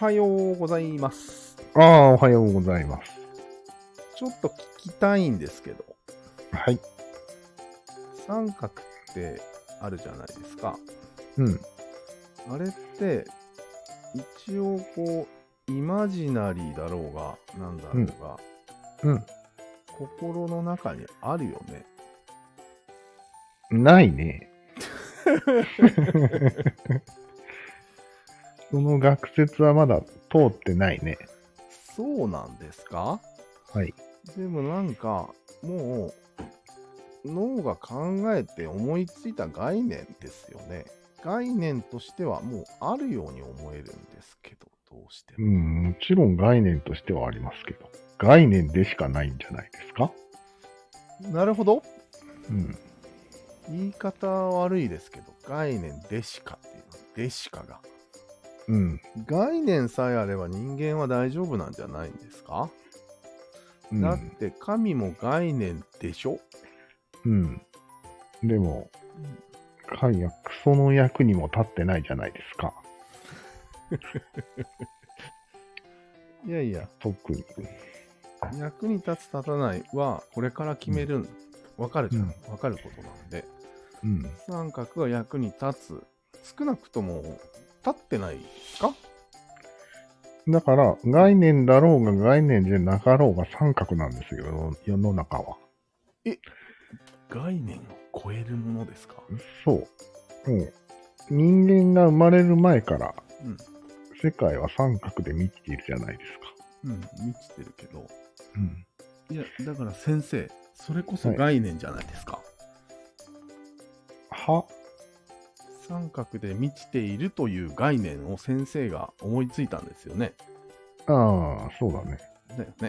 はようございます。 おはようございます。 ちょっと聞きたいんですけど、 はい。 三角ってあるじゃないですか。 うん。 あれって、一応こう、イマジナリーだろうが、なんだろうが、心の中にあるよね。 ないね。その学説はまだ通ってないね。 そうなんですか？ はい。 でもなんか、もう、脳が考えて思いついた概念ですよね。概念としてはもうあるように思えるんですけど、どうしても。 もちろん概念としてはありますけど、概念でしかないんじゃないですか？ なるほど。 うん。 言い方は悪いですけど、概念でしかっていうの、でしかが。 うん。 概念さえあれば人間は大丈夫なんじゃないんですか？ うん。 だって神も概念でしょ？ うん。でも、神はクソの役にも立ってないじゃないですか。 いやいや、 特に。 役に立つ立たないはこれから決めるわかるじゃん。 うんわかることなんで。 うん。 三角が役に立つ。少なくとも立ってないか？ だから、概念だろうが概念じゃなかろうが三角なんですよ、世の中は。 概念を超えるものですか？ そう。もう、人間が生まれる前から、 うん。 世界は三角で満ちているじゃないですか。 うん、満ちてるけど。 うん。 いや、だから先生、それこそはい概念じゃないですか。 は、 三角で満ちているという概念を先生が思いついたんですよね。 ああ、そうだね。 だよね。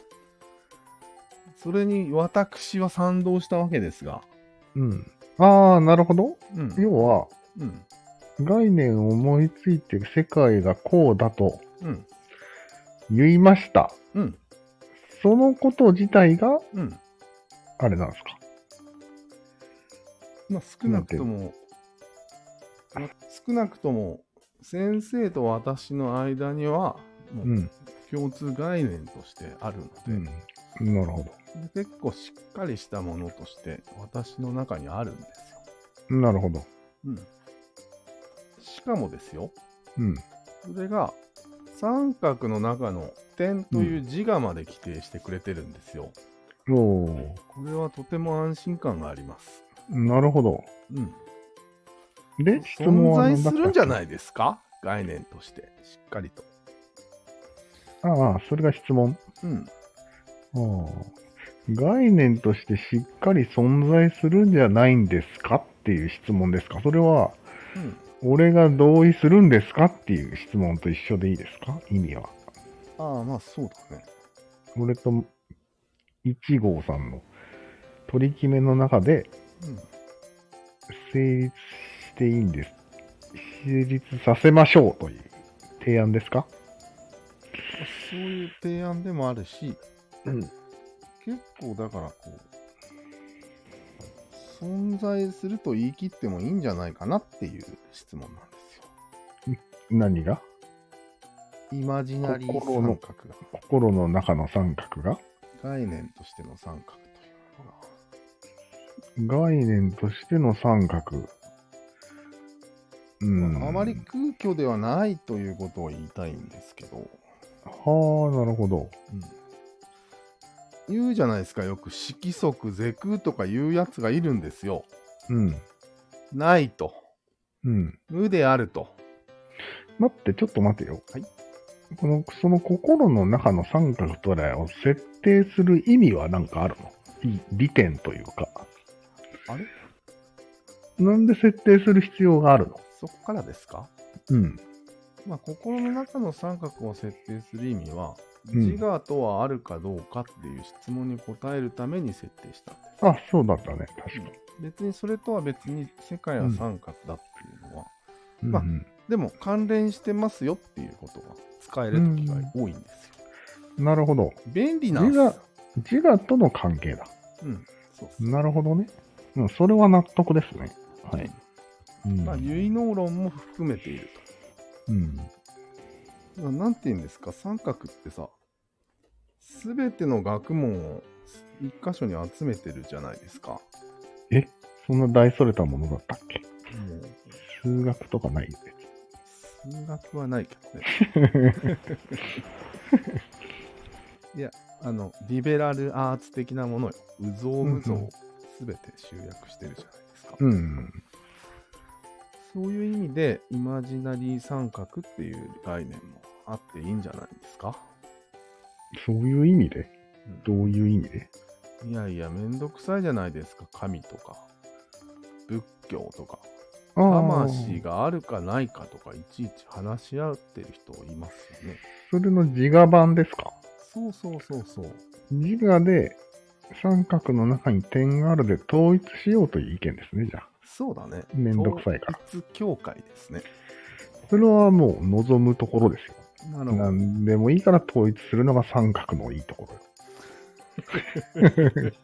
それに私は賛同したわけですが。 うん。ああ、なるほど。 うん。 要は、 うん。 概念を思いついて世界がこうだとうん。 言いました。 うん。 そのこと自体が、 うん。 あれなんですか。 まあ、少なくとも、先生と私の間には、もう。 うん共通概念としてあるので、 うん。なるほで結構しっかりしたものとして私の中にあるんですど。なるほど。 よ。うん。しかもですよ、 うん。 それが三角の中の点という自我まで規定してくれてるんですよ。 おこれはとても安心感があります。 なるほど。 うん。 で、質問存は在するんじゃい？ ないですか？概念として、しっかりと。 ああ、それが質問。 うん。 ああ、概念としてしっかり存在するんじゃないんですかっていう質問ですか？それは、 うん。 俺が同意するんですかっていう質問と一緒でいいですか？意味は。 ああ、まあそうだね。 俺と1号さんの取り決めの中でうん。 成立していいんです。成立させましょうという提案ですか？ そういう提案でもあるし、 うん。 結構だからこう、存在すると言い切ってもいいんじゃないかなっていう質問なんですよ。 何が？ イマジナリー三角が、 心の中の三角が？ 概念としての三角というのが、 概念としての三角。 あまり空虚ではないということを言いたいんですけど、 はあ、なるほど。 言うじゃないですか、よく色即是空とか言うやつがいるんですよ。 うん。 ないと。 うん。 無であると。 待って、ちょっと待てよ。 はい。 その心の中の三角とらを設定する意味は何かあるの？利点というか。 あれ？ なんで設定する必要があるの？ そこからですか？ うん。 まあ、心の中の三角を設定する意味は、 うん自我とはあるかどうかっていう質問に答えるために設定したんです。 あ、そうだったね。確かに。 別にそれとは別に世界は三角だっていうのは、 うんまあでも関連してますよっていうことが使える時が多いんですよ。 なるほど。 便利なんですよ。 自我との関係だ。 うん。そうそう。 なるほどね。うん、それは納得ですね。はい。 まあ、唯能論も含めているうん。 なんて言うんですか、三角ってさ、すべての学問を一箇所に集めてるじゃないですか。 そんな大それたものだったっけ？ もう数学とかないです。 数学はないけどね。いや、リベラルアーツ的なものよ。有象無象をすべて集約してるじゃないですか。 うん。 そういう意味で、イマジナリー三角っていう概念もあっていいんじゃないですか。 そういう意味でうどういう意味で？ ん、いやいや、めんどくさいじゃないですか。神とか、仏教とか。魂があるかないかとかいちいち話し合ってる人いますよね。 それの自我版ですか？ そうそうそうそう。 自我で三角の中に点があるで統一しようという意見ですね、じゃあ。 そうだね。 めんどくさいから。 統一教会ですね。 それはもう望むところですよ。 なるほど。 何でもいいから統一するのが三角のいいところよ。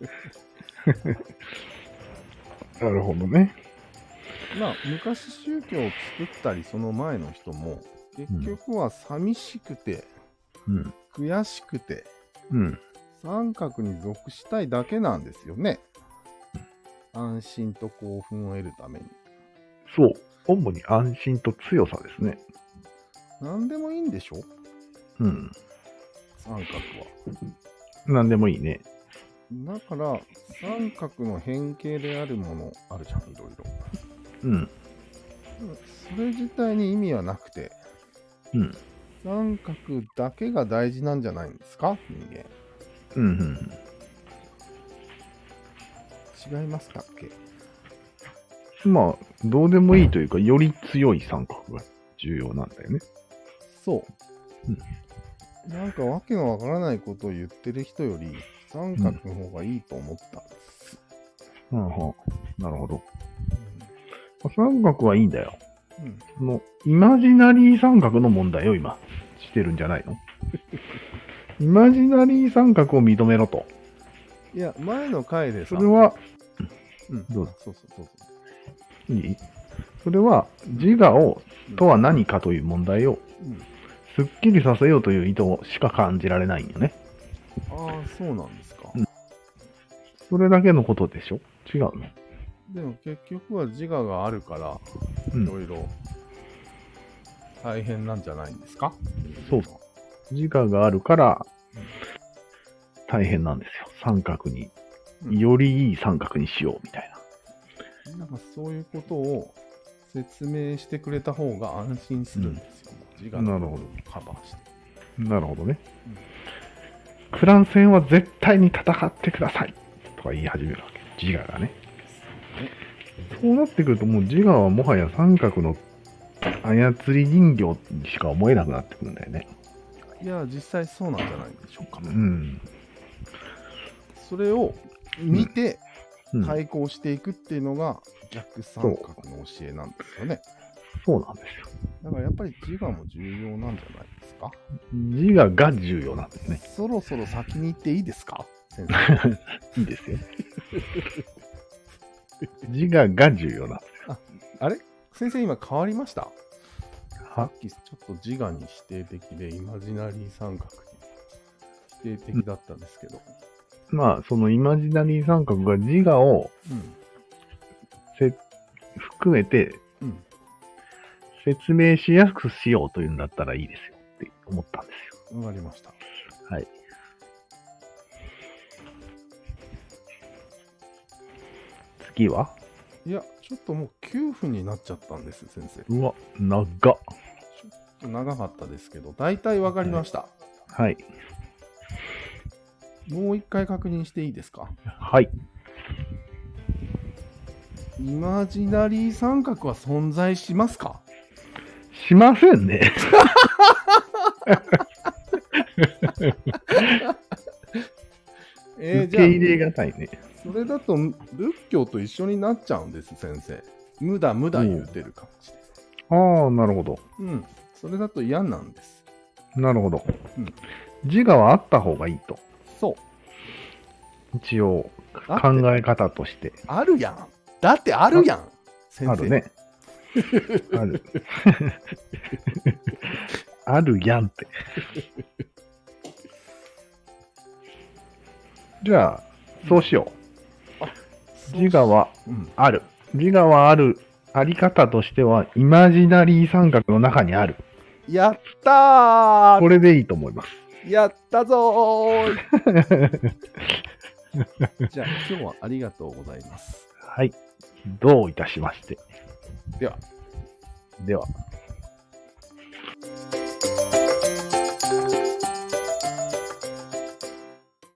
なるほどね。 まあ、昔宗教を作ったりその前の人も結局は寂しくて、 うん。 悔しくてうん。 三角に属したいだけなんですよね。安心と興奮を得るために。 そう。主に安心と強さですね。 何でもいいんでしょ、 うん。 三角は。 何でもいいね。 だから三角の変形であるものあるじゃん、いろいろ。 うん。 それ自体に意味はなくて、 うん。 三角だけが大事なんじゃないんですか、人間。 うん。 違いますかっけ？ まあ、どうでもいいというか、より強い三角が重要なんだよね。 そう。なんかわけのわからないことを言ってる人より三角の方がいいと思ったんです。 なるほど。三角はいいんだよ。 うんその、イマジナリー三角の問題を今、してるんじゃないの？イマジナリー三角を認めろと。 いや、前の回でさ、 それは、 どうぞ。そうそうそういい？それは、自我を、とは何かという問題を、すっきりさせようという意図しか感じられないんよね。 ああ、そうなんですか。 それだけのことでしょ？違うの？ でも結局は自我があるから、いろいろ大変なんじゃないんですか？ そうそう。自我があるから大変なんですよ。三角に、よりいい三角にしようみたいな。 なんかそういうことを説明してくれた方が安心するんですよ。自我の部分をカバーして。 なるほどね。クラン戦は絶対に戦ってくださいとか言い始めるわけ。自我がね。そうなってくるともう自我はもはや三角の操り人形にしか思えなくなってくるんだよね。 いや、実際そうなんじゃないでしょうか。それを見て対抗していくっていうのが逆三角の教えなんですよね。 そうなんですよ。 だからやっぱり自我も重要なんじゃないですか。 自我が重要なんですね。 そろそろ先に行っていいですか、先生。 いいですよ。自我が重要なんですよ。 あれ先生今変わりました？さはっきちょっと自我に否定的でイマジナリー三角に否定的だったんですけど。 まあ、そのイマジナリー三角が自我を含めて説明しやすくしようというんだったらいいですよって思ったんですよ。 わかりました。 はい。次はいや、ちょっともう9分になっちゃったんです、先生。 うわ、長っ。 ちょっと長かったですけど、大体わかりました。 はい。 もう一回確認していいですか？ はい。 イマジナリー三角は存在しますか？ しませんね。受け入れがたいね。 それだと仏教と一緒になっちゃうんです、先生。無駄無駄言うてる感じで。 ああ、なるほど。 それだと嫌なんです。 なるほど。自我はあった方がいいと。 そう。 一応、考え方として。 あるやん。だってあるやん。先生。 あるね。ある。 あるやんって。じゃあ、そうしよう。自我はある。自我はある。あり方としては、イマジナリー三角の中にある。 やったーこれでいいと思います。 やったぞーじゃあ、今日はありがとうございます。 はい。どういたしまして。 では。 では。